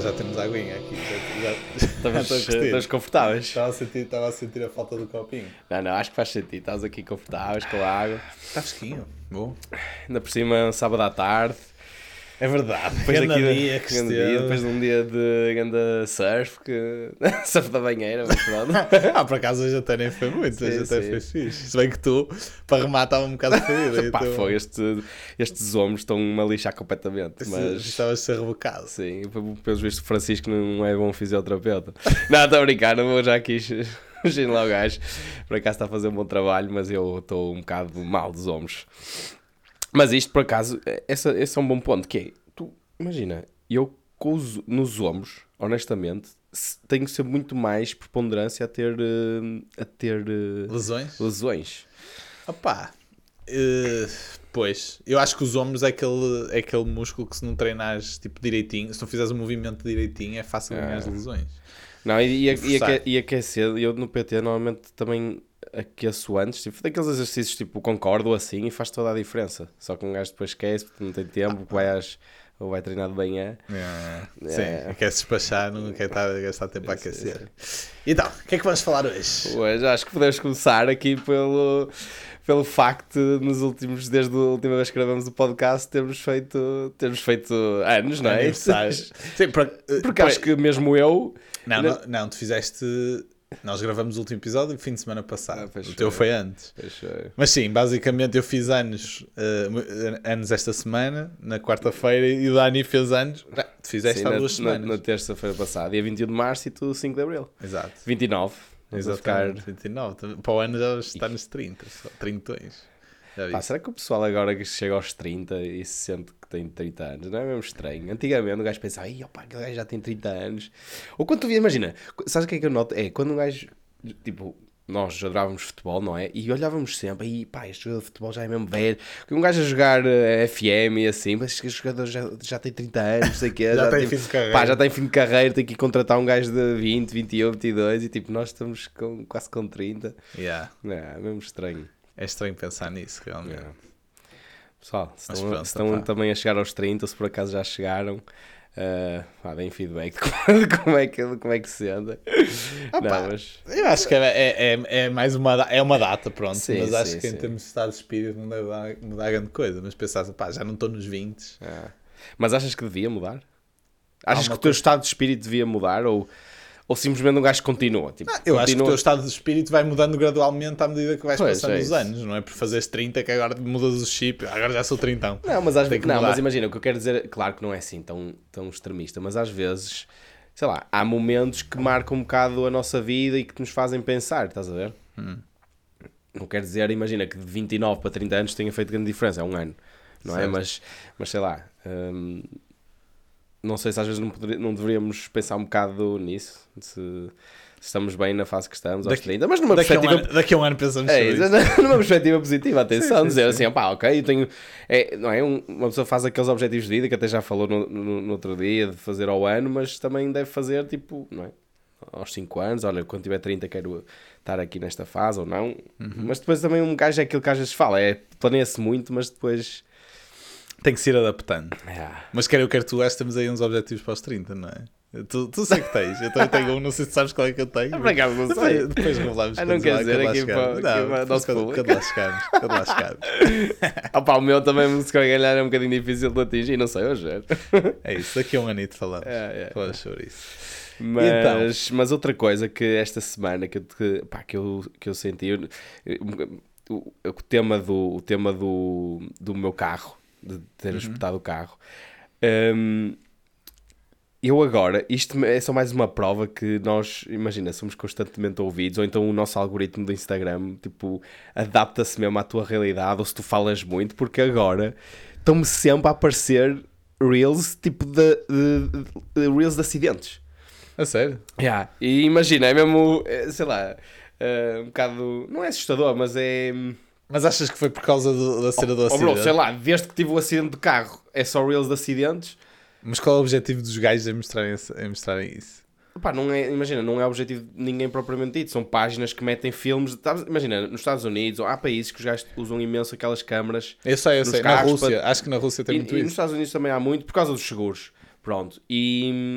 já temos aguinha aqui. Estamos confortáveis. Estava a sentir a falta do copinho. Não, acho que faz sentido. Estás aqui confortáveis com a água. Está fresquinho. Bom. Ainda por cima, sábado à tarde. É verdade. Depois Depois de um dia de ganda surf, surf da banheira, mas pronto. Por acaso hoje até nem foi muito, Sim, hoje até sim. foi fixe. Se bem que tu, para rematar, estava um bocado ferido. Pá, foi, estes ombros estão-me a lixar completamente, mas... Estavas a ser rebocado. Sim, pelos vistos o Francisco não é bom fisioterapeuta. Não, estou a brincar, não vou já aqui lá o gajo. Por acaso está a fazer um bom trabalho, mas eu estou um bocado mal dos ombros. Mas isto, por acaso, esse é um bom ponto, que é, tu, imagina, eu nos ombros, honestamente, tenho sempre muito mais preponderância a ter lesões. Opá, pois, eu acho que os ombros é aquele músculo que se não treinares tipo direitinho, se não fizeres o movimento direitinho, é fácil ganhar as lesões. Não, e aquecer, eu no PT normalmente também aqueço antes, tipo, daqueles exercícios tipo concordo assim e faz toda a diferença. Só que um gajo depois esquece porque não tem tempo, ou vai treinar de manhã. Sim, quer se despachar, não quer estar a gastar tempo a aquecer. Então, o que é que vamos falar hoje? Hoje acho que podemos começar aqui pelo facto de desde a última vez que gravamos o podcast, termos feito anos, não é? Aniversários. Sim, porque acho que mesmo eu... Não, tu fizeste... Nós gravamos o último episódio no fim de semana passado. O teu foi antes. Mas sim, basicamente eu fiz anos esta semana, na quarta-feira, e o Dani fez anos. Tu fizeste há 2 semanas. Na terça-feira passada, dia 21 de março e tu 5 de abril. Exato. 29. Exatamente, 29. Para o ano já está nos 30, 30. Será que o pessoal agora que chega aos 30 e se sente que tem 30 anos? Não é mesmo estranho? Antigamente o gajo pensava, aquele gajo já tem 30 anos. Ou quando tu via, imagina, sabes o que é que eu noto? É quando um gajo, tipo, nós adorávamos futebol, não é? E olhávamos sempre, este jogador de futebol já é mesmo velho. Um gajo a jogar FM e assim, mas este jogador já tem 30 anos, não sei o quê. já tem fim de carreira. Já tem fim de carreira, tem que contratar um gajo de 20, 21, 22 e tipo, nós estamos quase com 30. É mesmo estranho. É estranho pensar nisso, realmente. Pessoal, se estão também a chegar aos 30, se por acaso já chegaram, deem feedback de como é que se anda. Mas... Eu acho que é mais uma data, pronto. Sim, mas acho que em termos de estado de espírito não deve mudar grande coisa. Mas pensar, já não estou nos 20. Mas achas que devia mudar? Achas que o teu estado de espírito devia mudar ou simplesmente um gajo continua? Tipo, acho que o teu estado de espírito vai mudando gradualmente à medida que vais passando os anos. Não é por fazeres 30 que agora mudas o chip. Agora já sou 30. Mas imagina, o que eu quero dizer, claro que não é assim tão extremista, mas às vezes, sei lá, há momentos que marcam um bocado a nossa vida e que nos fazem pensar, estás a ver? Não quer dizer, imagina, que de 29 para 30 anos tenha feito grande diferença, é um ano, não é? Mas sei lá... não sei se às vezes não deveríamos pensar um bocado nisso, se estamos bem na fase que estamos, aos 30, mas numa perspectiva... Daqui a um ano pensamos sobre isso. Numa perspectiva positiva, atenção, dizer assim, ok, eu tenho... não é? Uma pessoa faz aqueles objetivos de vida, que até já falou no outro dia, de fazer ao ano, mas também deve fazer, tipo, não é? Aos 5 anos, olha, quando tiver 30 quero estar aqui nesta fase ou não. Mas depois também um gajo é aquilo que às vezes fala, planeia-se muito, mas depois... Tem que se ir adaptando. Mas quer tu, temos aí uns objetivos para os 30, não é? Tu sei que tens. Eu também tenho um, não sei se sabes qual é que eu tenho. Por acaso não sei. Depois revelamos. Não quer dizer aqui para o nosso público. Quando lá chegarmos. O meu também, se calhar, é um bocadinho difícil de atingir, não sei hoje. É isso, daqui a um anito falamos. Falamos sobre isso. Mas outra coisa que esta semana que eu senti, o tema do meu carro, de ter espetado o carro, eu agora, isto é só mais uma prova que nós, imagina, somos constantemente ouvidos, ou então o nosso algoritmo do Instagram, tipo, adapta-se mesmo à tua realidade, ou se tu falas muito, porque agora estão-me sempre a aparecer reels, tipo, de reels de acidentes. A sério? E imagina, é mesmo, sei lá, um bocado, não é assustador, mas é... Mas achas que foi por causa da cena do acidente? Bro, sei lá, desde que tive o acidente de carro, é só reels de acidentes. Mas qual é o objetivo dos gajos em mostrarem isso? Não é, imagina, não é o objetivo de ninguém propriamente dito. São páginas que metem filmes. Imagina, nos Estados Unidos, há países que os gajos usam imenso aquelas câmaras. Eu sei. Na Rússia, acho que na Rússia tem muito isso. E nos Estados Unidos também há muito, por causa dos seguros. Pronto. E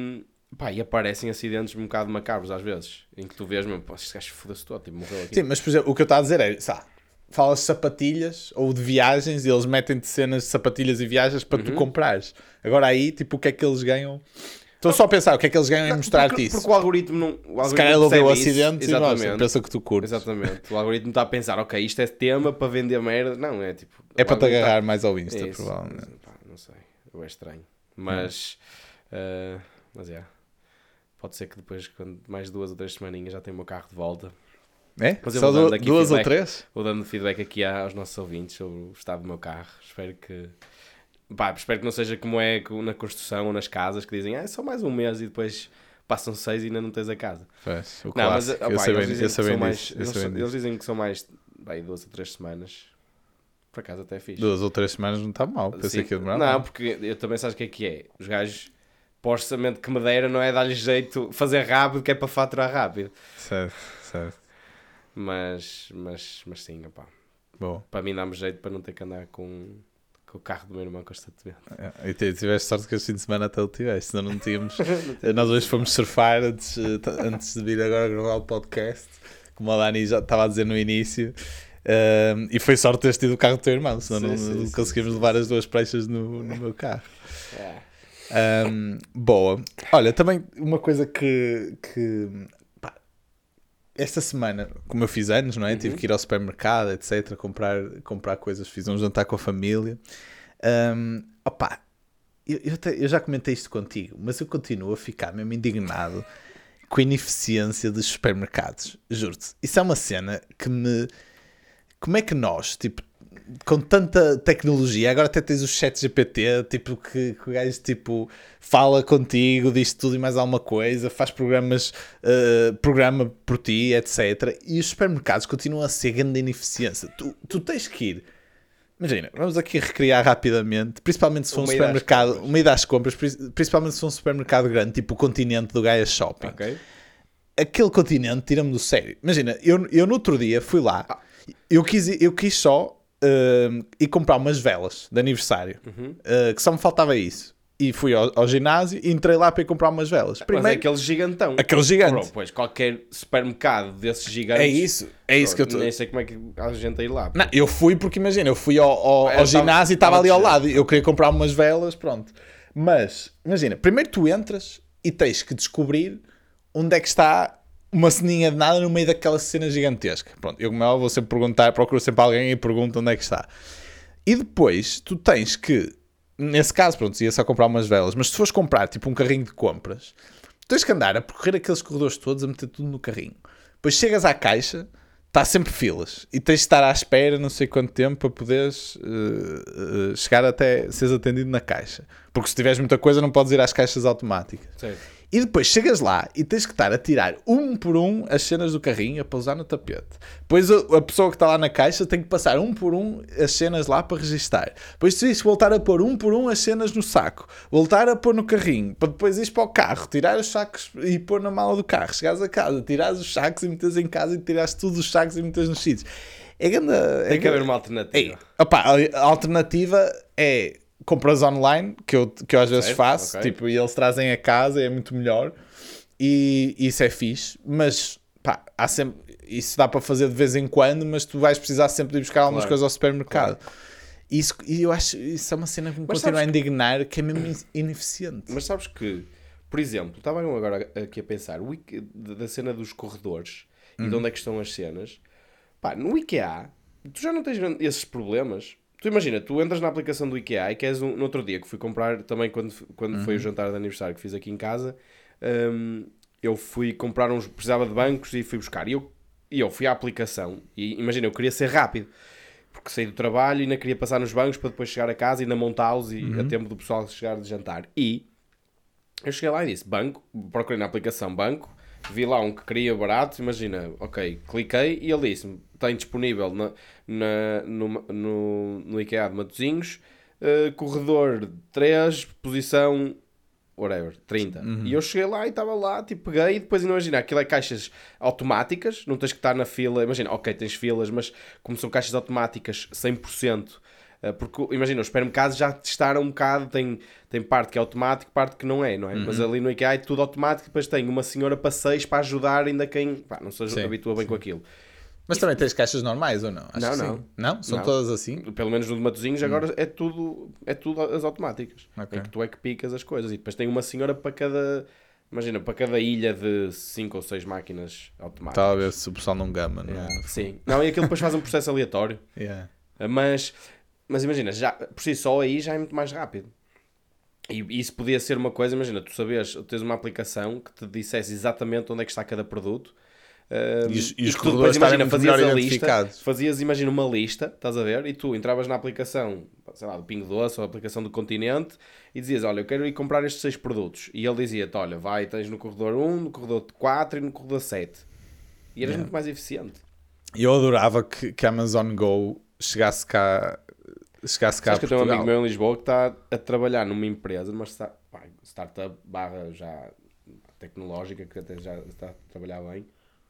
Pá, e aparecem acidentes um bocado macabros às vezes, em que tu vês mesmo, pô, este gajo foda-se todo, tipo, morreu aqui. Sim, mas por exemplo, o que eu estou a dizer é, sabe, falas de sapatilhas ou de viagens e eles metem-te cenas de sapatilhas e viagens para tu comprares. Agora aí, tipo, o que é que eles ganham? Estou só a pensar, o que é que eles ganham em mostrar-te isso? Porque o algoritmo não. O Se calhar ele ouviu o percebe isso. acidente e mostra, pensa que tu curtes. Exatamente. O algoritmo está a pensar, ok, isto é tema para vender merda. Não, é tipo. É para te algoritmo agarrar mais ao Insta, É isso. provavelmente. Pá, não sei. É estranho. Mas. Mas é. Pode ser que depois, quando mais 2 ou 3 semaninhas, já tenho o meu carro de volta. É? Mas eu Só vou dando aqui 2 ou feedback. 3? Vou dando feedback aqui aos nossos ouvintes sobre o estado do meu carro. Espero que. Pá, espero que não seja como é na construção ou nas casas que dizem, é só mais um mês e depois passam 6 e ainda não tens a casa. Pois, o Não, clássico. mas Eu eles dizem que são mais. disso. Eles dizem que são mais. Bem, 2 ou 3 semanas. Por acaso até é fixe. 2 ou 3 semanas não está mal. Pensei Sim. que ia demorar Não, mal. porque eu também sabes o que é. Os gajos, para o orçamento que me deram, não é dar-lhe jeito, fazer rápido, que é para faturar rápido. Certo, certo. Mas sim, opá. Bom. Para mim dá-me jeito para não ter que andar com o carro do meu irmão constantemente. E tiveste sorte que este fim de semana até o tiveste, senão não tínhamos. Nós hoje fomos surfar antes de vir agora gravar o podcast, como a Dani já estava a dizer no início. E foi sorte teres tido o carro do teu irmão, senão não conseguimos levar as 2 pranchas no meu carro. Boa. Olha, também uma coisa que pá, esta semana, como eu fiz anos, não é? Tive que ir ao supermercado, etc, comprar coisas, fiz um jantar com a família. Opá, eu já comentei isto contigo, mas eu continuo a ficar mesmo indignado com a ineficiência dos supermercados, juro-te. Isso é uma cena que me... Como é que nós, tipo, com tanta tecnologia, agora até tens o chat GPT, tipo, que o gajo, tipo, fala contigo, diz tudo e mais alguma coisa, faz programas, programa por ti, etc. E os supermercados continuam a ser grande ineficiência. Tu tens que ir. Imagina, vamos aqui recriar rapidamente, principalmente se for um supermercado, uma ida às compras, principalmente se for um supermercado grande, tipo o Continente do Gaia Shopping. Ok. Aquele Continente tira-me do sério. Imagina, eu no outro dia fui lá, eu quis só ir comprar umas velas de aniversário, que só me faltava isso. E fui ao ginásio e entrei lá para ir comprar umas velas. Mas é aquele gigantão. Aquele gigante. Bro, pois, qualquer supermercado desses gigantes... É isso que eu estou... Nem sei como é que há gente a ir lá. Não, eu fui porque, imagina, eu fui ao ginásio e estava ali ao lado. Eu queria comprar umas velas, pronto. Mas, imagina, primeiro tu entras e tens que descobrir onde é que está uma ceninha de nada no meio daquela cena gigantesca. Pronto, eu como é, vou sempre perguntar, procuro sempre alguém e pergunto onde é que está. E depois tu tens que, nesse caso, pronto, ia só comprar umas velas, mas se fores comprar tipo um carrinho de compras, tu tens que andar a percorrer aqueles corredores todos a meter tudo no carrinho. Depois chegas à caixa, está sempre filas e tens de estar à espera não sei quanto tempo para poderes chegar até seres atendido na caixa. Porque se tiveres muita coisa não podes ir às caixas automáticas. Certo. E depois chegas lá e tens que estar a tirar um por um as cenas do carrinho a pousar no tapete. Depois a pessoa que está lá na caixa tem que passar um por um as cenas lá para registar. Depois tens que voltar a pôr um por um as cenas no saco. Voltar a pôr no carrinho. Para depois ir para o carro, tirar os sacos e pôr na mala do carro. Chegares a casa, tirares os sacos e meteres em casa e tirares todos os sacos e meteres nos sítios. Tem que haver uma alternativa. A alternativa é... compras online, que eu às vezes faço, okay. tipo, e eles trazem a casa, é muito melhor, e isso é fixe, mas pá, há sempre, isso dá para fazer de vez em quando, mas tu vais precisar sempre de ir buscar algumas coisas ao supermercado. Claro. E eu acho, isso é uma cena que me continua a indignar, que é mesmo ineficiente. Mas sabes que, por exemplo, estava eu agora aqui a pensar, da cena dos corredores, e de onde é que estão as cenas, pá, no IKEA, tu já não tens esses problemas. Tu imagina, tu entras na aplicação do IKEA e queres no outro dia que fui comprar, também quando foi o jantar de aniversário que fiz aqui em casa, eu fui comprar precisava de bancos e fui buscar. E eu fui à aplicação e imagina, eu queria ser rápido, porque saí do trabalho e ainda queria passar nos bancos para depois chegar a casa e ainda montá-los e a tempo do pessoal chegar de jantar. E eu cheguei lá e disse, banco, procurei na aplicação banco, vi lá um que queria barato, imagina, ok, cliquei e ele disse-me, tem disponível no IKEA de Matosinhos, corredor 3, posição, whatever, 30. E eu cheguei lá e estava lá, tipo, peguei e depois imagina, aquilo é caixas automáticas, não tens que estar na fila, imagina, ok, tens filas, mas como são caixas automáticas 100%, Porque, imagina, os supermercados já testaram um bocado, tem parte que é automático, parte que não é? Mas ali no IKEA é tudo automático, depois tem uma senhora para 6 para ajudar ainda quem não se habitua bem com aquilo. Mas também tens caixas normais ou não? Acho Não, que não. sim. Não? São todas assim? Pelo menos no de Matosinhos agora é tudo as automáticas. Ok. Em que tu é que picas as coisas. E depois tem uma senhora para cada... Imagina, para cada ilha de 5 ou 6 máquinas automáticas. Talvez se o pessoal não gama, não é? Sim. Não, e aquilo depois faz um processo aleatório. Yeah. Mas imagina, já, por si só aí já é muito mais rápido. E isso podia ser uma coisa, imagina, tu tens uma aplicação que te dissesse exatamente onde é que está cada produto. E os tu corredores estarem muito melhor identificados. Fazias, imagina, uma lista, estás a ver? E tu entravas na aplicação, sei lá, do Pingo Doce ou a aplicação do Continente e dizias, olha, eu quero ir comprar estes 6 produtos. E ele dizia-te, olha, tens no corredor 1, no corredor 4 e no corredor 7. E eras muito mais eficiente. Eu adorava que a Amazon Go chegasse cá Sabes a que eu tenho um Portugal. amigo meu em Lisboa que está a trabalhar numa empresa, numa startup barra já tecnológica, que até já está a trabalhar bem,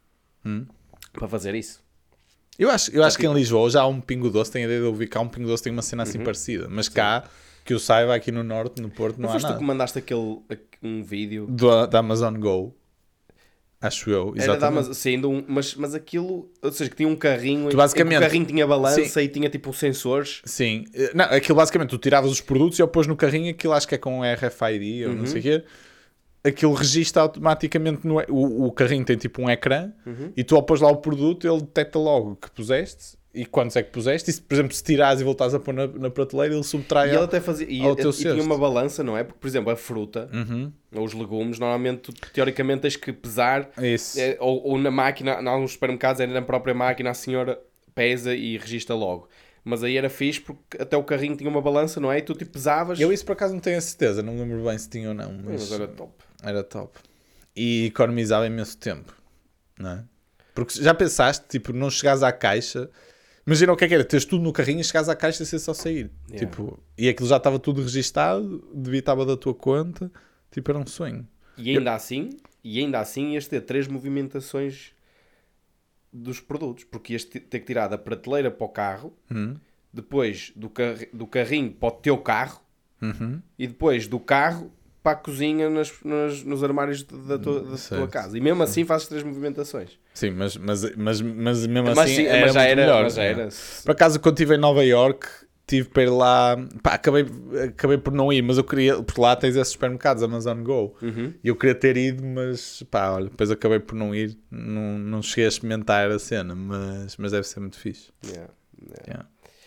para fazer isso. Eu acho que em Lisboa já há um Pingo Doce, tenho a ideia de ouvir cá um Pingo Doce tem uma cena assim parecida. Mas cá, que eu saiba, aqui no Norte, no Porto, não há foste tu nada. que mandaste um vídeo? Da Amazon Go. Acho eu, Era da exatamente. Amazon, sim, mas aquilo, ou seja, que tinha um carrinho, basicamente- em que o carrinho tinha balança Sim. e tinha tipo sensores. Sim. Não, aquilo basicamente, tu tiravas os produtos e eu pôs no carrinho, aquilo acho que é com RFID ou não sei o quê. Aquilo registra automaticamente o carrinho tem tipo um ecrã e tu ao pôs lá o produto, ele detecta logo que puseste e quantos é que puseste. E se, por exemplo, se tirares e voltares a pôr na prateleira, ele subtrai E ele até fazia, ao teu e tinha cesto. uma balança, não é? Porque, por exemplo, a fruta ou os legumes, normalmente tu, teoricamente tens que pesar, Isso. ou na máquina, em alguns supermercados, na própria máquina, a senhora pesa e registra logo. Mas aí era fixe porque até o carrinho tinha uma balança, não é? E tu tipo pesavas. Eu isso por acaso não tenho a certeza, não me lembro bem se tinha ou não. Mas era top. Era top. E economizava imenso tempo, não é? Porque já pensaste, tipo, não chegares à caixa. Imagina o que é que era, teres tudo no carrinho e chegares à caixa e ser só sair. Yeah. Tipo, e aquilo já estava tudo registado, debitava da tua conta. Tipo, era um sonho. E ainda assim ias ter 3 movimentações dos produtos. Porque ias ter que tirar da prateleira para o carro, depois do carrinho para o teu carro e depois do carro para a cozinha nos armários da tua casa. E mesmo assim fazes 3 movimentações. Sim, mas mesmo Mas assim sim, era mas já muito era, melhor. mas já era. Por acaso, quando estive em Nova Iorque, tive para ir lá... Pá, acabei por não ir, mas eu queria... Porque lá tens esses supermercados, Amazon Go. E eu queria ter ido, mas pá, olha, depois acabei por não ir. Não cheguei a experimentar a cena, mas deve ser muito fixe. Yeah.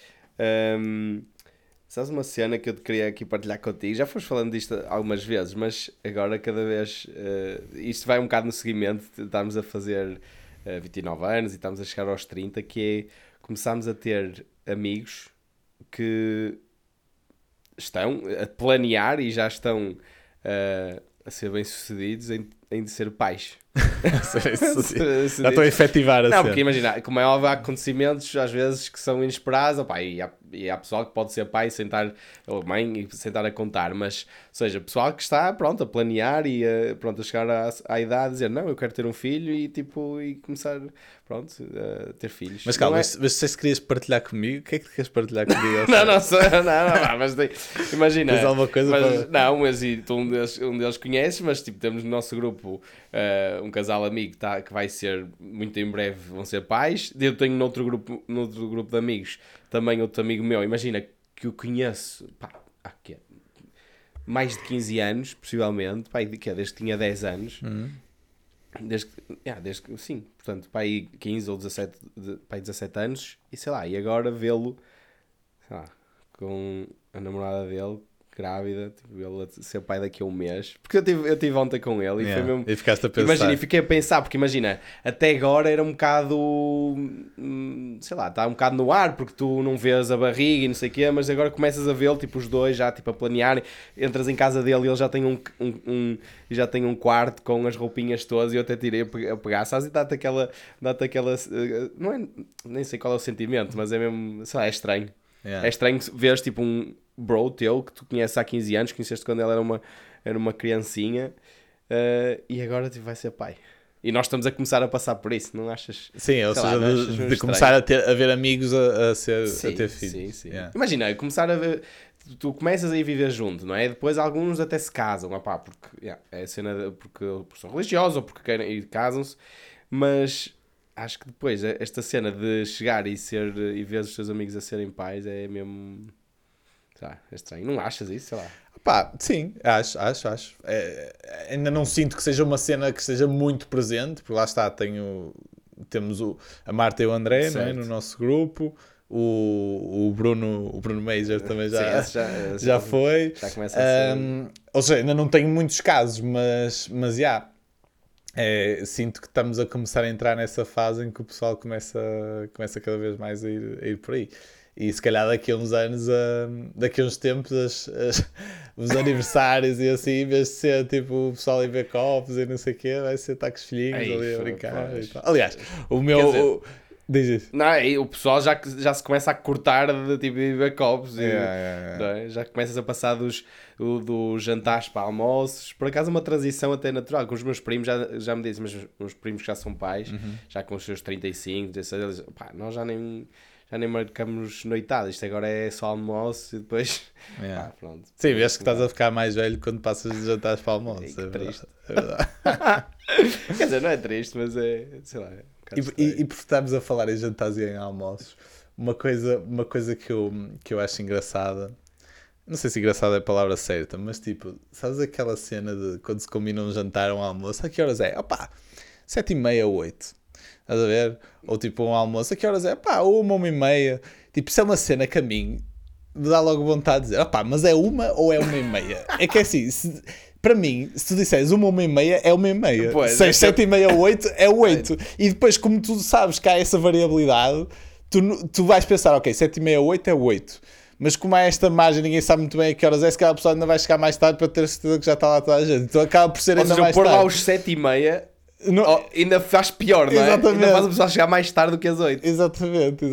Sabes uma cena que eu te queria aqui partilhar contigo? Já foste falando disto algumas vezes, mas agora cada vez... isto vai um bocado no seguimento. Estamos a fazer 29 anos e estamos a chegar aos 30, que é... Começámos a ter amigos que estão a planear e já estão a ser bem-sucedidos em ser pais. Já estou a efetivar a Não, cena. porque imagina, como é óbvio, há acontecimentos às vezes que são inesperados, opa, e há pessoal que pode ser pai ou mãe e sentar a contar, mas, ou seja, pessoal que está, pronto, a planear e pronto, a chegar à idade a dizer, não, eu quero ter um filho e começar, pronto, a ter filhos. Mas calma, Não é- mas se querias partilhar comigo, o que é que tu queres partilhar comigo? não, mas imagina. Tens alguma coisa para... Não, mas e tu um deles conheces, mas tipo, temos no nosso grupo um casal amigo que vai ser, muito em breve, vão ser pais. Eu tenho noutro grupo de amigos, também outro amigo meu, imagina, que eu conheço, pá, há quê? Mais de 15 anos, possivelmente, pá, desde que tinha 10 anos. Desde que, sim, portanto, pá, aí 15 ou 17, pá, 17 anos, e sei lá, e agora vê-lo, sei lá, com a namorada dele, grávida, tipo, ele a ser pai daqui a um mês, porque eu tive ontem com ele e foi mesmo... E ficaste a pensar. Imagina, e fiquei a pensar, porque imagina, até agora era um bocado, sei lá, está um bocado no ar, porque tu não vês a barriga e não sei o quê, mas agora começas a vê-lo, tipo, os dois já, tipo, a planear, entras em casa dele e ele já tem já tem um quarto com as roupinhas todas e eu até tirei a pegar, sabes, e dá-te aquela, não é, nem sei qual é o sentimento, mas é mesmo, sei lá, é estranho. Yeah. É estranho veres, tipo, um bro teu que tu conheces há 15 anos, conheceste quando ela era uma criancinha, e agora tipo, vai ser pai. E nós estamos a começar a passar por isso, não achas? Sim, ou Sei seja, lá, não achas de começar a ver amigos a ter filhos. Sim, sim. Yeah. Imagina, começar a ver. Tu começas a ir viver junto, não é? Depois alguns até se casam, opá, porque é a cena porque são religiosos ou porque querem e casam-se, mas acho que depois esta cena de chegar e ver os teus amigos a serem pais é mesmo. Sei lá, é estranho. Não achas isso? Sei lá. Pá, sim, acho. Ainda não sinto que seja uma cena que esteja muito presente, porque lá está, temos a Marta e o André, não é, no nosso grupo, o Bruno Major também já foi. Já começa a ser... Ou seja, ainda não tenho muitos casos, mas já. Sinto que estamos a começar a entrar nessa fase em que o pessoal começa cada vez mais a ir por aí. E se calhar daqui a uns anos, daqui a uns tempos, os aniversários e assim, em vez de ser tipo o pessoal a ver copos e não sei o quê, vai ser estar com os filhinhos ali a brincar e tal. Aliás, o meu. Diz isso. Não, o pessoal já se começa a cortar de tipo de ver copos e, não é? Já começas a passar dos jantares para almoços. Por acaso, uma transição até natural. Com os meus primos, já me dizem, mas os meus primos que já são pais, já com os seus 35, 16, eles, pá, nós já nem marcamos noitadas, isto agora é só almoço e depois pronto. Sim, vês que estás a ficar mais velho quando passas de jantares para almoço. É triste. É verdade. Quer dizer, não é triste, mas é, sei lá. E por estarmos a falar em jantares e em almoços, uma coisa que eu acho engraçada, não sei se engraçada é a palavra certa, mas tipo, sabes aquela cena de quando se combina um jantar ou um almoço, a que horas é? Opá, 7h30, 8. Estás a ver? Ou tipo um almoço, a que horas é? Pá, 1h30. Tipo, isso é uma cena que a mim me dá logo vontade de dizer, opá, mas é 1 ou é 1h30? É que é assim, para mim, se tu disseres 1h30, é 1h30. 6, 7h30, 8 é 8. E depois, como tu sabes que há essa variabilidade, tu vais pensar, ok, 7h30, 8 é 8. Mas como há esta margem, ninguém sabe muito bem a que horas é, se calhar a pessoa ainda vai chegar mais tarde para ter certeza que já está lá toda a gente. Então acaba por ser ainda mais tarde. Ou seja, pôr lá os 7h30... ainda faz pior, não é? Exatamente. Ainda faz a pessoa chegar mais tarde do que as 8. Exatamente.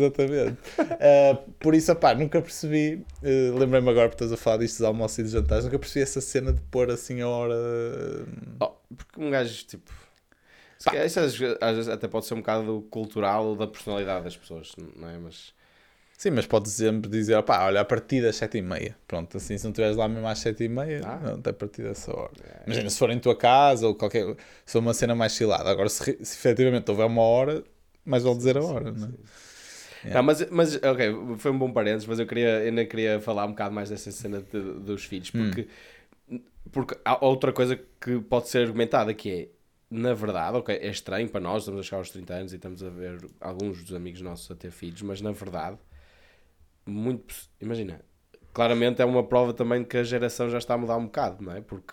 Por isso, nunca percebi, lembrei-me agora, porque estás a falar disto dos almoços e dos jantares, nunca percebi essa cena de pôr assim a hora... Porque um gajo, tipo... Isso às vezes até pode ser um bocado cultural ou da personalidade das pessoas, não é? Mas... Sim, mas podes sempre dizer, olha, a partir das 7h30. Pronto, assim, se não estiveres lá mesmo às 7h30, não, até a partir dessa hora. Imagina, se for em tua casa ou qualquer... Se for uma cena mais chilada. Agora, se efetivamente houver uma hora, mais vale dizer a hora, não é? Não, mas, ok, foi um bom parênteses, mas eu ainda queria falar um bocado mais dessa cena dos filhos, porque há outra coisa que pode ser argumentada, que é, na verdade, ok, é estranho para nós, estamos a chegar aos 30 anos e estamos a ver alguns dos amigos nossos a ter filhos, mas na verdade... imagina, claramente é uma prova também de que a geração já está a mudar um bocado, não é? Porque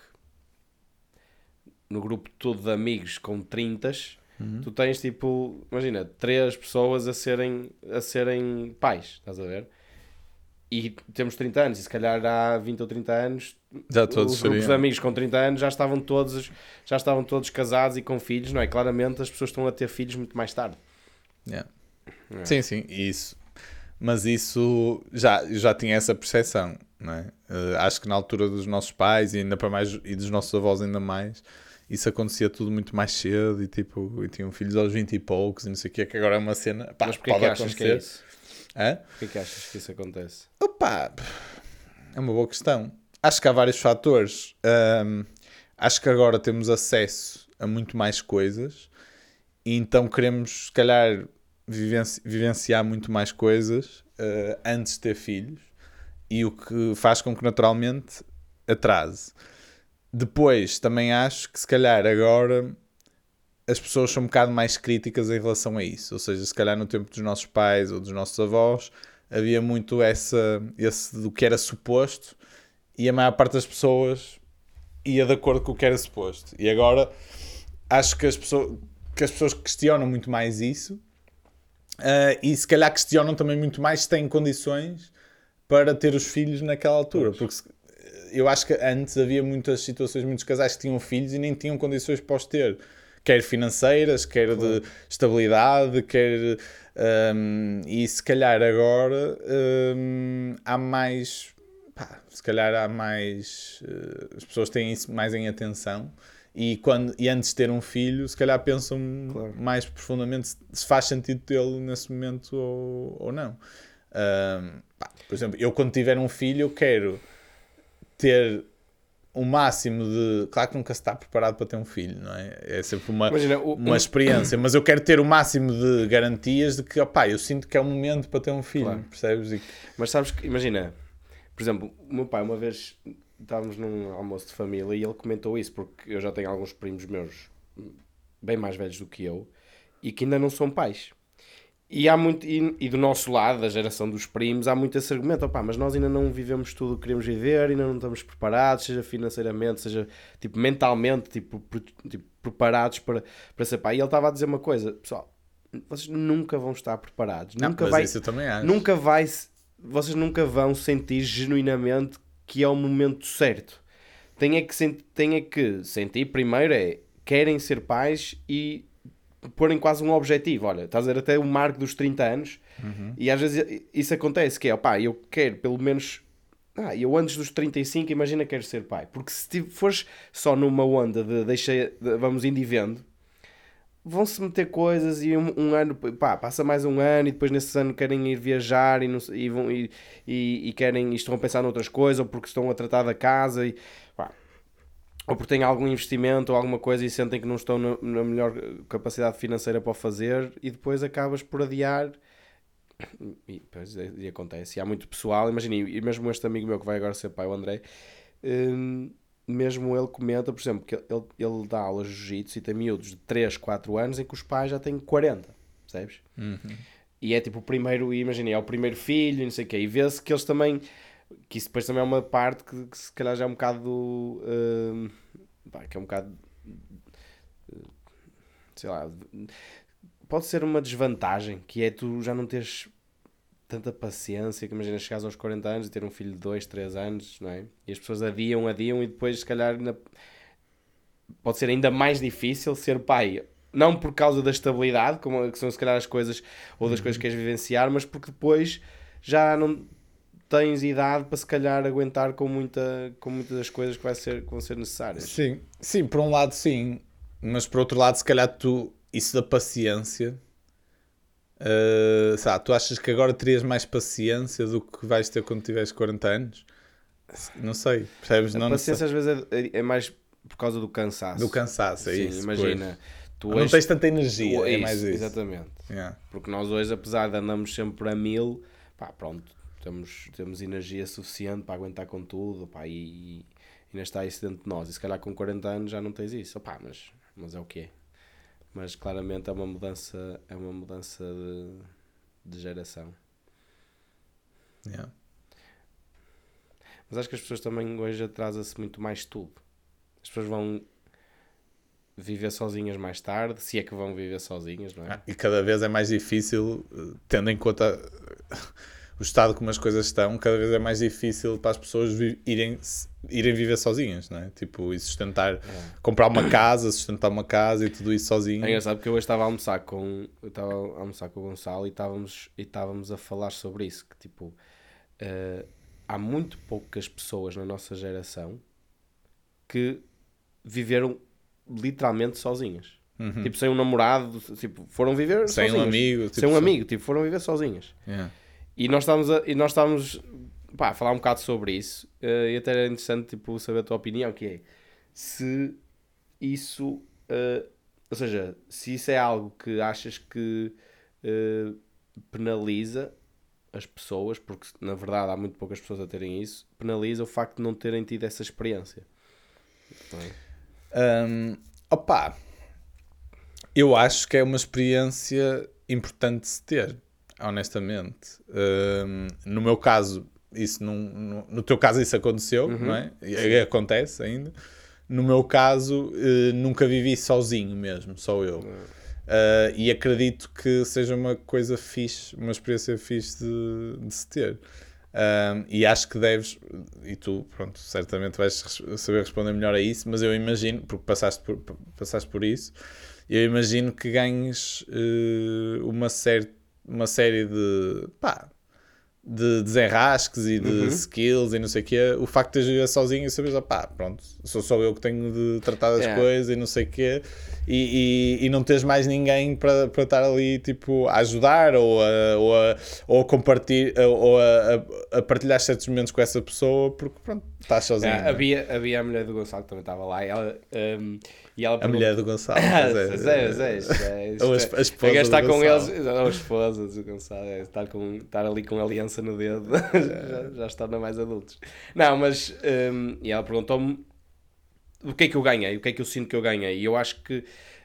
no grupo todo de amigos com 30, tu tens tipo, imagina, 3 pessoas a serem pais, estás a ver? E temos 30 anos, e se calhar há 20 ou 30 anos, já todos os grupos de amigos com 30 anos já estavam todos casados e com filhos, não é? Claramente as pessoas estão a ter filhos muito mais tarde. Sim, isso. Mas isso já tinha essa percepção, não é? Acho que na altura dos nossos pais e ainda para mais, e dos nossos avós ainda mais, isso acontecia tudo muito mais cedo e tipo, e tinham filhos aos 20 e poucos e não sei o que, que agora é uma cena. Mas porquê que achas que é isso? Hã? Porquê que achas que isso acontece? É uma boa questão. Acho que há vários fatores. Acho que agora temos acesso a muito mais coisas e então queremos, se calhar, vivenciar muito mais coisas antes de ter filhos, e o que faz com que naturalmente atrase. Depois também acho que se calhar agora as pessoas são um bocado mais críticas em relação a isso, ou seja, se calhar no tempo dos nossos pais ou dos nossos avós havia muito esse do que era suposto e a maior parte das pessoas ia de acordo com o que era suposto, e agora acho que as pessoas questionam muito mais isso. E se calhar questionam também muito mais se têm condições para ter os filhos naquela altura, porque eu acho que antes havia muitas situações, muitos casais que tinham filhos e nem tinham condições para os ter, quer financeiras, quer de estabilidade, quer e se calhar agora há mais, se calhar há mais, as pessoas têm isso mais em atenção e antes de ter um filho, se calhar pensam Claro. mais profundamente se faz sentido tê-lo nesse momento ou não. Por exemplo, eu quando tiver um filho, eu quero ter o máximo de... Claro que nunca se está preparado para ter um filho, não é? É sempre Imagina, uma experiência, mas eu quero ter o máximo de garantias de que, opá, eu sinto que é o momento para ter um filho, Claro. percebes? Mas sabes que, imagina, por exemplo, o meu pai, uma vez estávamos num almoço de família e ele comentou isso, porque eu já tenho alguns primos meus bem mais velhos do que eu e que ainda não são pais. E há muito, e do nosso lado, da geração dos primos, há muito esse argumento, opá, mas nós ainda não vivemos tudo o que queremos viver, ainda não estamos preparados, seja financeiramente, seja tipo, mentalmente, tipo, preparados para ser pai. E ele estava a dizer uma coisa, pessoal, vocês nunca vão estar preparados, Mas isso eu também acho. vocês nunca vão sentir genuinamente que é o momento certo. Têm é que sentir primeiro querem ser pais e porem quase um objetivo. Olha, estás a ver até o marco dos 30 anos e às vezes isso acontece, que é, opá, eu quero pelo menos... eu antes dos 35, imagina, quero ser pai. Porque se fores só numa onda vamos indo e vendo, vão-se meter coisas e um ano, passa mais um ano e depois nesse ano querem ir viajar e querem, estão a pensar noutras coisas, ou porque estão a tratar da casa ou porque têm algum investimento ou alguma coisa e sentem que não estão na melhor capacidade financeira para o fazer e depois acabas por adiar e acontece. E há muito pessoal, imagina, e mesmo este amigo meu que vai agora ser pai, o André, mesmo ele comenta, por exemplo, que ele dá aulas de jiu-jitsu e tem miúdos de 3, 4 anos em que os pais já têm 40, percebes? E é tipo o primeiro, imagina, é o primeiro filho e não sei o quê, e vê-se que eles também... Que isso depois também é uma parte que se calhar já é um bocado... que é um bocado... sei lá... Pode ser uma desvantagem, que é tu já não teres tanta paciência, que imagina chegares aos 40 anos e ter um filho de 2, 3 anos, não é? E as pessoas adiam e depois se calhar pode ser ainda mais difícil ser pai. Não por causa da estabilidade, como que são se calhar as coisas, ou das coisas que queres vivenciar, mas porque depois já não... tens idade para se calhar aguentar com muitas das coisas que vão ser necessárias. Sim, por um lado sim, mas por outro lado se calhar isso da paciência, tu achas que agora terias mais paciência do que vais ter quando tiveres 40 anos? Não sei, percebes? A paciência às vezes é mais por causa do cansaço. Do cansaço, é Sim, isso. Imagina, tu não tens tanta energia, é mais isso. Exatamente. Yeah. Porque nós hoje, apesar de andamos sempre a 1000, pronto, temos energia suficiente para aguentar com tudo, e ainda está isso dentro de nós. E se calhar com 40 anos já não tens isso. Mas é o que é. Mas claramente é uma mudança de geração. Yeah. Mas acho que as pessoas também hoje atrasa-se muito mais tudo. As pessoas vão viver sozinhas mais tarde, se é que vão viver sozinhas, não é? E cada vez é mais difícil, tendo em conta o estado como as coisas estão, cada vez é mais difícil para as pessoas irem viver sozinhas, não é? Tipo, e sustentar, comprar uma casa, sustentar uma casa e tudo isso sozinho. É engraçado porque eu hoje estava a almoçar com o Gonçalo e estávamos a falar sobre isso, que tipo, há muito poucas pessoas na nossa geração que viveram literalmente sozinhas. Tipo, sem um namorado, tipo, foram viver sem sozinhas. Um amigo. Tipo, sem um amigo, tipo, foram viver sozinhas. Yeah. E nós estávamos a falar um bocado sobre isso, e até era interessante, tipo, saber a tua opinião, que é se isso, ou seja, se isso é algo que achas que penaliza as pessoas, porque na verdade há muito poucas pessoas a terem isso, penaliza o facto de não terem tido essa experiência. Eu acho que é uma experiência importante de se ter, honestamente. No meu caso, isso no teu caso isso aconteceu, não é? E acontece ainda. No meu caso, nunca vivi sozinho mesmo, só eu. E acredito que seja uma coisa fixe, uma experiência fixe de se ter. E acho que deves, e tu, pronto, certamente vais saber responder melhor a isso, mas eu imagino, porque passaste por isso, eu imagino que ganhes uma série de desenrasques e de skills e não sei o quê, o facto de viver sozinho e saberes, pronto, sou só eu que tenho de tratar das coisas e não sei o quê, e não tens mais ninguém para estar ali tipo, a ajudar ou a compartilhar ou a partilhar certos momentos com essa pessoa, porque pronto, estás sozinho. Havia a mulher do Gonçalo que também estava lá e ela a mulher do Gonçalo, ou a esposa estar do com Gonçalo. eles, a esposa do Gonçalo, estar ali com a aliança no dedo, já se torna mais adultos. Não, mas e ela perguntou-me o que é que eu ganhei, o que é que eu sinto que eu ganhei, e eu acho que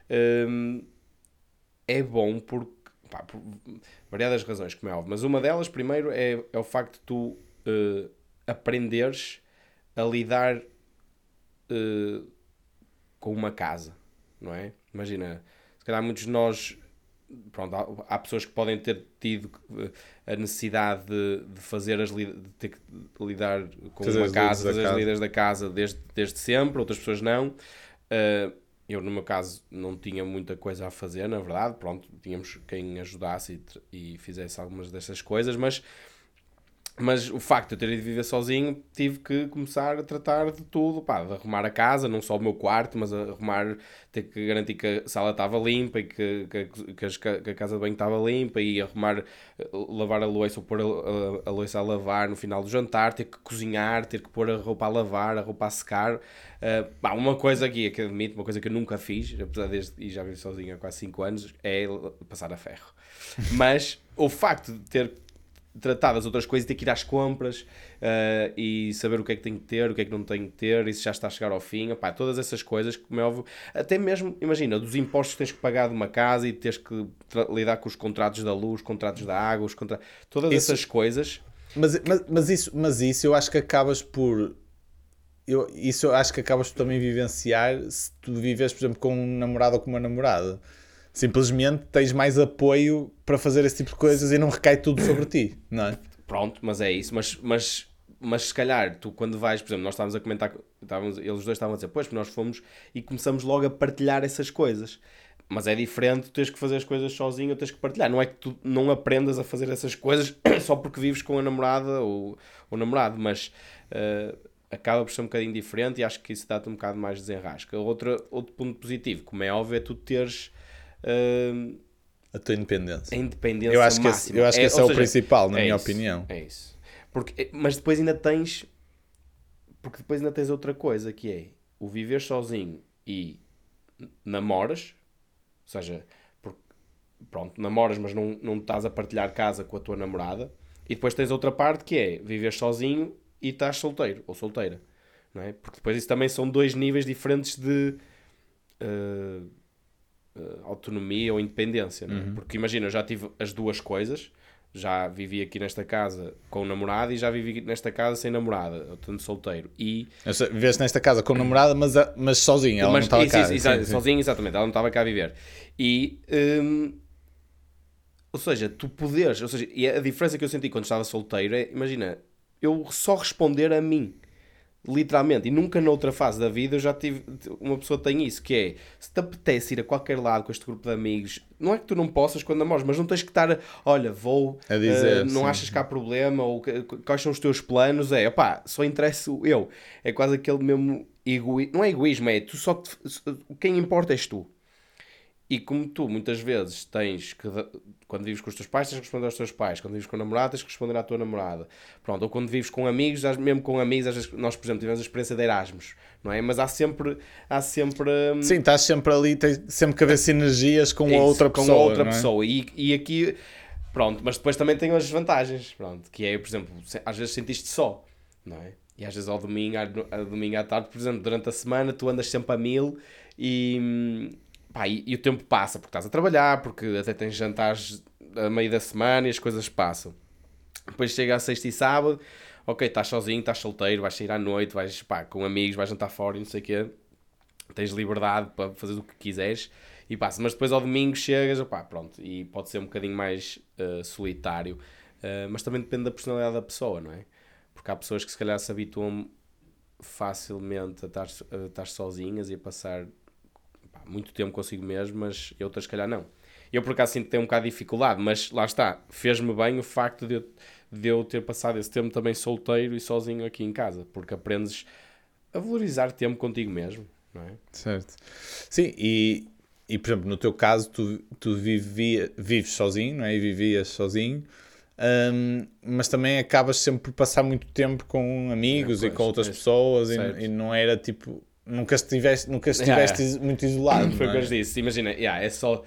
é bom por variadas razões, como é óbvio, mas uma delas, primeiro, é o facto de tu aprenderes a lidar com uma casa, não é? Imagina, se calhar muitos de nós, pronto, há pessoas que podem ter tido a necessidade de fazer de ter que lidar com uma casa, fazer as lidas da casa desde sempre, outras pessoas não. Eu, no meu caso, não tinha muita coisa a fazer, na verdade, pronto, tínhamos quem ajudasse e fizesse algumas dessas coisas, mas o facto de eu ter ido viver sozinho, tive que começar a tratar de tudo, de arrumar a casa, não só o meu quarto, mas arrumar, ter que garantir que a sala estava limpa e que a casa de banho estava limpa e arrumar, lavar a louça ou pôr a louça a lavar no final do jantar, ter que cozinhar, ter que pôr a roupa a lavar, a roupa a secar. Uma coisa aqui que admito, uma coisa que eu nunca fiz, apesar e já vivo sozinho há quase 5 anos, é passar a ferro. Mas o facto de ter tratar das outras coisas e ter que ir às compras e saber o que é que tenho que ter, o que é que não tenho que ter, e se já está a chegar ao fim, todas essas coisas, como é óbvio, até mesmo, imagina, dos impostos que tens que pagar de uma casa e tens que lidar com os contratos da luz, contratos da água, todas essas coisas. Mas isso eu acho que acabas por... Isso eu acho que acabas por também vivenciar se tu vives, por exemplo, com um namorado ou com uma namorada. Simplesmente tens mais apoio para fazer esse tipo de coisas e não recai tudo sobre ti, não é? Pronto, mas é isso. Mas se calhar, tu quando vais, por exemplo, nós estávamos a comentar, eles dois estavam a dizer, pois, nós fomos e começamos logo a partilhar essas coisas. Mas é diferente, tu tens que fazer as coisas sozinho ou tens que partilhar. Não é que tu não aprendas a fazer essas coisas só porque vives com a namorada ou namorado, mas acaba por ser um bocadinho diferente e acho que isso dá-te um bocado mais de desenrasca. Outro ponto positivo, como é óbvio, é tu teres... a tua independência. A independência eu acho máxima. Eu acho que esse é o principal, na minha isso, opinião. É isso. Mas depois ainda tens... Porque depois ainda tens outra coisa, que é o viver sozinho e namoras, ou seja, pronto, namoras, mas não estás a partilhar casa com a tua namorada, e depois tens outra parte que é viver sozinho e estás solteiro ou solteira, não é? Porque depois isso também são dois níveis diferentes de autonomia ou independência, não é? Porque imagina, eu já tive as duas coisas, já vivi aqui nesta casa com namorada e já vivi nesta casa sem namorada, tanto solteiro. E viveste nesta casa com namorada, mas sozinha, ela não estava cá. Sozinha, exatamente, ela não estava cá a viver. E, ou seja, e a diferença que eu senti quando estava solteiro é, imagina, eu só responder a mim. Literalmente, e nunca noutra fase da vida eu já tive, uma pessoa tem isso, que é, se te apetece ir a qualquer lado com este grupo de amigos, não é que tu não possas quando namoras, mas não tens que estar, olha, vou, a dizer, não achas que há problema, ou quais são os teus planos, só interesso eu, é quase aquele mesmo egoísmo, não é egoísmo, é tu só, quem importa és tu. E como tu, muitas vezes, tens que... Quando vives com os teus pais, tens que responder aos teus pais. Quando vives com a namorada, tens que responder à tua namorada. Pronto, ou quando vives com amigos, mesmo com amigos, às vezes, nós, por exemplo, tivemos a experiência de Erasmus, não é? Mas há sempre... Sim, estás sempre ali, tens sempre que haver sinergias com outra pessoa. Com outra pessoa. E aqui... Pronto, mas depois também tem as vantagens, pronto. Que é, por exemplo, às vezes sentiste só, não é? E às vezes ao domingo à tarde, por exemplo, durante a semana, tu andas sempre a 1000 e o tempo passa, porque estás a trabalhar, porque até tens jantares a meio da semana e as coisas passam. Depois chega a sexta e sábado, ok, estás sozinho, estás solteiro, vais sair à noite, vais com amigos, vais jantar fora e não sei o quê. Tens liberdade para fazer o que quiseres e passa. Mas depois ao domingo chegas, pronto, e pode ser um bocadinho mais solitário. Mas também depende da personalidade da pessoa, não é? Porque há pessoas que se calhar se habituam facilmente a estar sozinhas e a passar muito tempo consigo mesmo, mas outras se calhar não. Eu por acaso sinto que tenho um bocado de dificuldade, mas lá está, fez-me bem o facto de eu ter passado esse tempo também solteiro e sozinho aqui em casa, porque aprendes a valorizar tempo contigo mesmo, não é? Certo. Sim, e por exemplo, no teu caso, tu vives sozinho, não é? E vivias sozinho, mas também acabas sempre por passar muito tempo com amigos e com outras pessoas e não era tipo... Nunca estiveste muito isolado, Foi o não que é? eu disse, imagina, é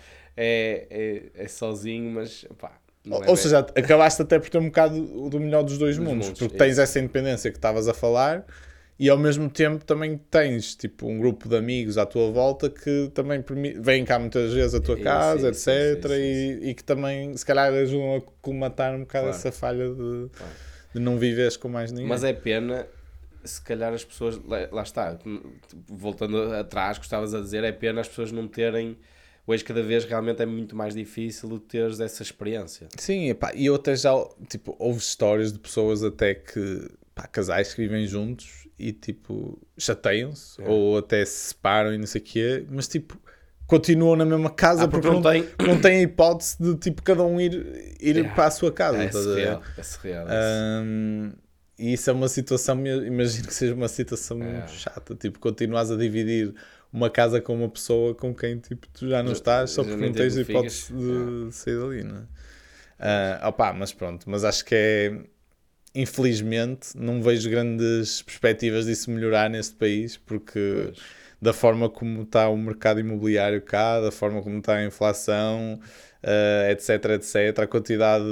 sozinho, mas pá, não é Ou bem- seja, acabaste até por ter um bocado do melhor dos dois mundos, mundos, porque é tens isso. essa independência que estavas a falar e ao mesmo tempo também tens tipo um grupo de amigos à tua volta que também vêm cá muitas vezes à tua casa, Isso, etc. isso. E que também se calhar ajudam a colmatar um bocado Claro. essa falha de não viveres com mais ninguém. Mas é pena, se calhar as pessoas, lá está, voltando atrás, que estavas a dizer, é pena as pessoas não terem, hoje cada vez realmente é muito mais difícil teres essa experiência. Sim, epá, e eu até já, tipo, houve histórias de pessoas até que, pá, casais que vivem juntos e, tipo, chateiam-se ou até se separam e não sei o quê, mas, tipo, continuam na mesma casa porque porque não têm a hipótese de, tipo, cada um ir para a sua casa. É estás a ver? surreal. E isso é uma situação, imagino que seja uma situação muito chata, tipo, continuas a dividir uma casa com uma pessoa com quem, tipo, tu já não estás só porque não tens a hipótese de sair dali, não é? Opá, mas pronto, mas acho que infelizmente, não vejo grandes perspectivas disso melhorar neste país, porque da forma como está o mercado imobiliário cá, da forma como está a inflação, etc, a quantidade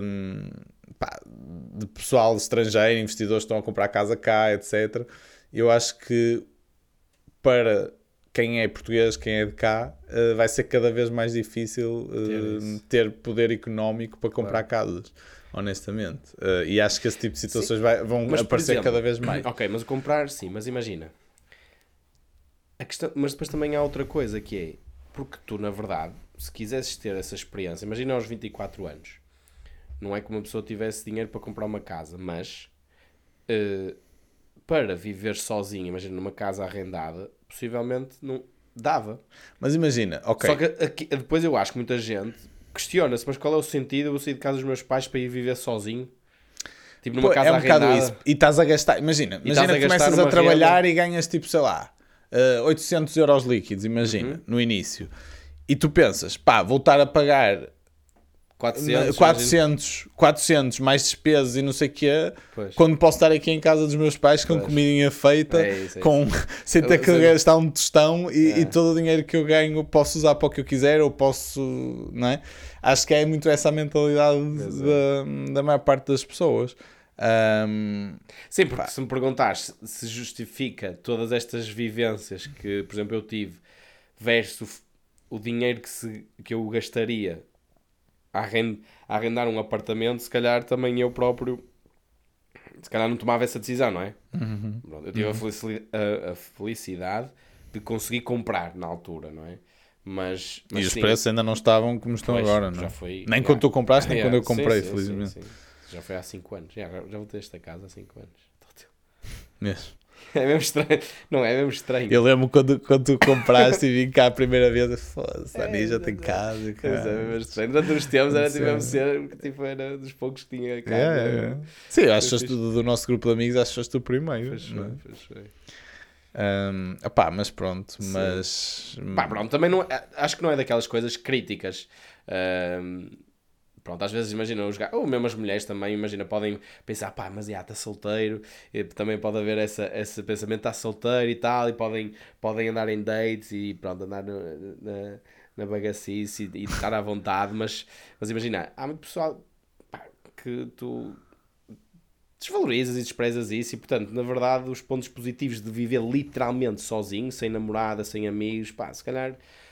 de pessoal estrangeiro, investidores que estão a comprar casa cá, etc. Eu acho que para quem é português, quem é de cá, vai ser cada vez mais difícil ter poder económico para comprar casas, honestamente. E acho que esse tipo de situações vão aparecer cada vez mais. Ok, mas o comprar, sim, mas imagina. A questão, mas depois também há outra coisa que é, porque tu, na verdade, se quisesses ter essa experiência, imagina aos 24 anos, não é que uma pessoa tivesse dinheiro para comprar uma casa, mas para viver sozinho, imagina numa casa arrendada, possivelmente não dava. Mas imagina, ok. Só que depois eu acho que muita gente questiona-se, mas qual é o sentido de eu sair de casa dos meus pais para ir viver sozinho? Tipo numa casa arrendada. É um bocado isso. E estás a gastar, imagina que começas a trabalhar e ganhas tipo, sei lá, 800 euros líquidos, imagina, no início. E tu pensas, pá, voltar a pagar 400 mais despesas e não sei o quê, quando posso estar aqui em casa dos meus pais com comidinha feita, sem ter que gastar um tostão e todo o dinheiro que eu ganho posso usar para o que eu quiser ou posso, não é? Acho que é muito essa a mentalidade da maior parte das pessoas. Sim, porque se me perguntares se justifica todas estas vivências que, por exemplo, eu tive versus o dinheiro que eu gastaria a arrendar um apartamento, se calhar também eu próprio se calhar não tomava essa decisão, não é? Eu tive a felicidade de conseguir comprar na altura, não é? Mas e os preços ainda não estavam como estão agora, não é? Nem quando tu compraste, nem quando eu comprei, felizmente. Sim. Já foi há 5 anos. Já vou ter esta casa há 5 anos. Mesmo. É mesmo estranho. Não é mesmo estranho. Eu lembro quando tu compraste e vim cá a primeira vez, foda-se, a Ani já tem casa. É mesmo estranho. Durante uns tempos era tipo mesmo ser, tipo, era dos poucos que tinha casa. Sim, eu acho que do nosso grupo de amigos, acho que foste o primeiro. Fechou. Mas pronto, pronto, também não, acho que não é daquelas coisas críticas. Pronto, às vezes imagina ou mesmo as mulheres também, imagina, podem pensar, mas está solteiro, e também pode haver esse pensamento, está solteiro e tal, e podem andar em dates e pronto, andar na bagacice e estar à vontade, mas imagina, há muito pessoal que tu desvalorizas e desprezas isso e, portanto, na verdade, os pontos positivos de viver literalmente sozinho, sem namorada, sem amigos, se calhar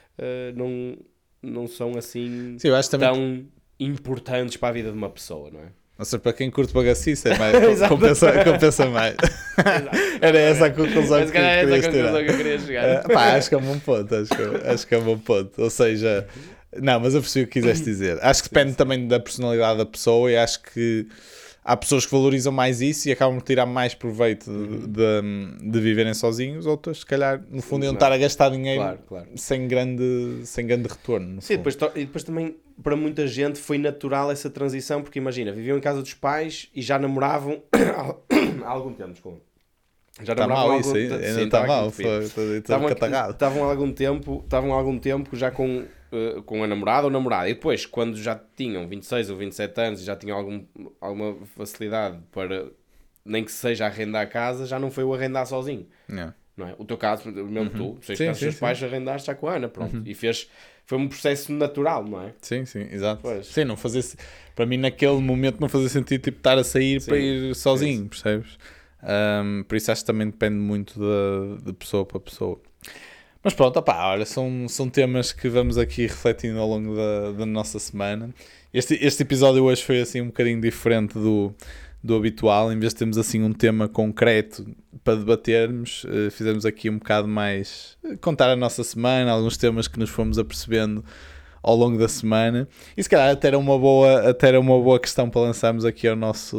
não são assim tão importantes para a vida de uma pessoa, não é? Ou seja, para quem curte bagacice é mais, compensa mais. Era essa a conclusão que eu queria chegar. Acho que é um bom ponto. Acho que é um bom ponto. Ou seja, não, mas eu percebi o que quiseste dizer. Acho que depende também da personalidade da pessoa e acho que há pessoas que valorizam mais isso e acabam por tirar mais proveito de viverem sozinhos, outras, se calhar, no fundo, iam estar a gastar dinheiro sem grande retorno. Sim, depois também, para muita gente, foi natural essa transição, porque imagina, viviam em casa dos pais e já namoravam há algum tempo, desculpa. Já está mal isso aí, ainda está mal, estavam há algum tempo já com a namorada ou namorada, e depois, quando já tinham 26 ou 27 anos e já tinham alguma facilidade para, nem que seja arrendar a casa, já não foi o arrendar sozinho. Não é? O teu caso, mesmo tu, os teus pais arrendaste já com a Ana, pronto, e foi um processo natural, não é? Sim, exato. Pois. Sim, não fazia, para mim naquele momento não fazia sentido tipo, estar a sair para ir sozinho, percebes? Por isso acho que também depende muito de pessoa para pessoa. Mas pronto, olha, são temas que vamos aqui refletindo ao longo da nossa semana. Este episódio hoje foi assim um bocadinho diferente do habitual. Em vez de termos assim um tema concreto para debatermos, fizemos aqui um bocado mais contar a nossa semana, alguns temas que nos fomos apercebendo ao longo da semana, e se calhar até era uma boa questão para lançarmos aqui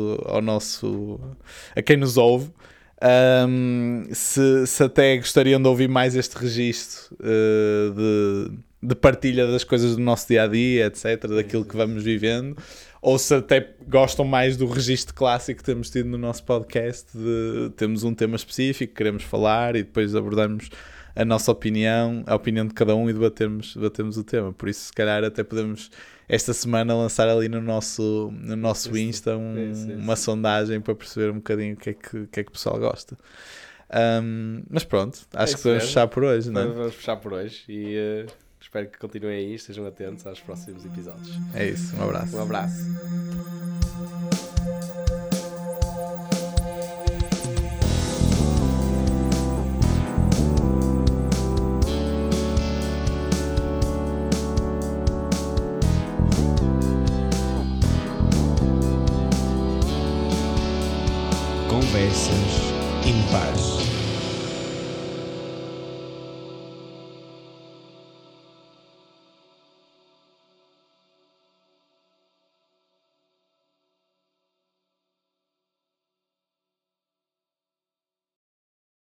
a quem nos ouve, se até gostariam de ouvir mais este registro de partilha das coisas do nosso dia-a-dia, etc., daquilo que vamos vivendo, ou se até gostam mais do registro clássico que temos tido no nosso podcast, temos um tema específico que queremos falar e depois abordamos a nossa opinião, a opinião de cada um, e debatemos o tema. Por isso, se calhar, até podemos esta semana lançar ali no nosso Insta uma sondagem para perceber um bocadinho o que é que o pessoal gosta. Mas pronto, acho que podemos fechar por hoje, não é? Vamos fechar por hoje e espero que continuem aí, estejam atentos aos próximos episódios. É isso, um abraço. Um abraço. Conversas impares.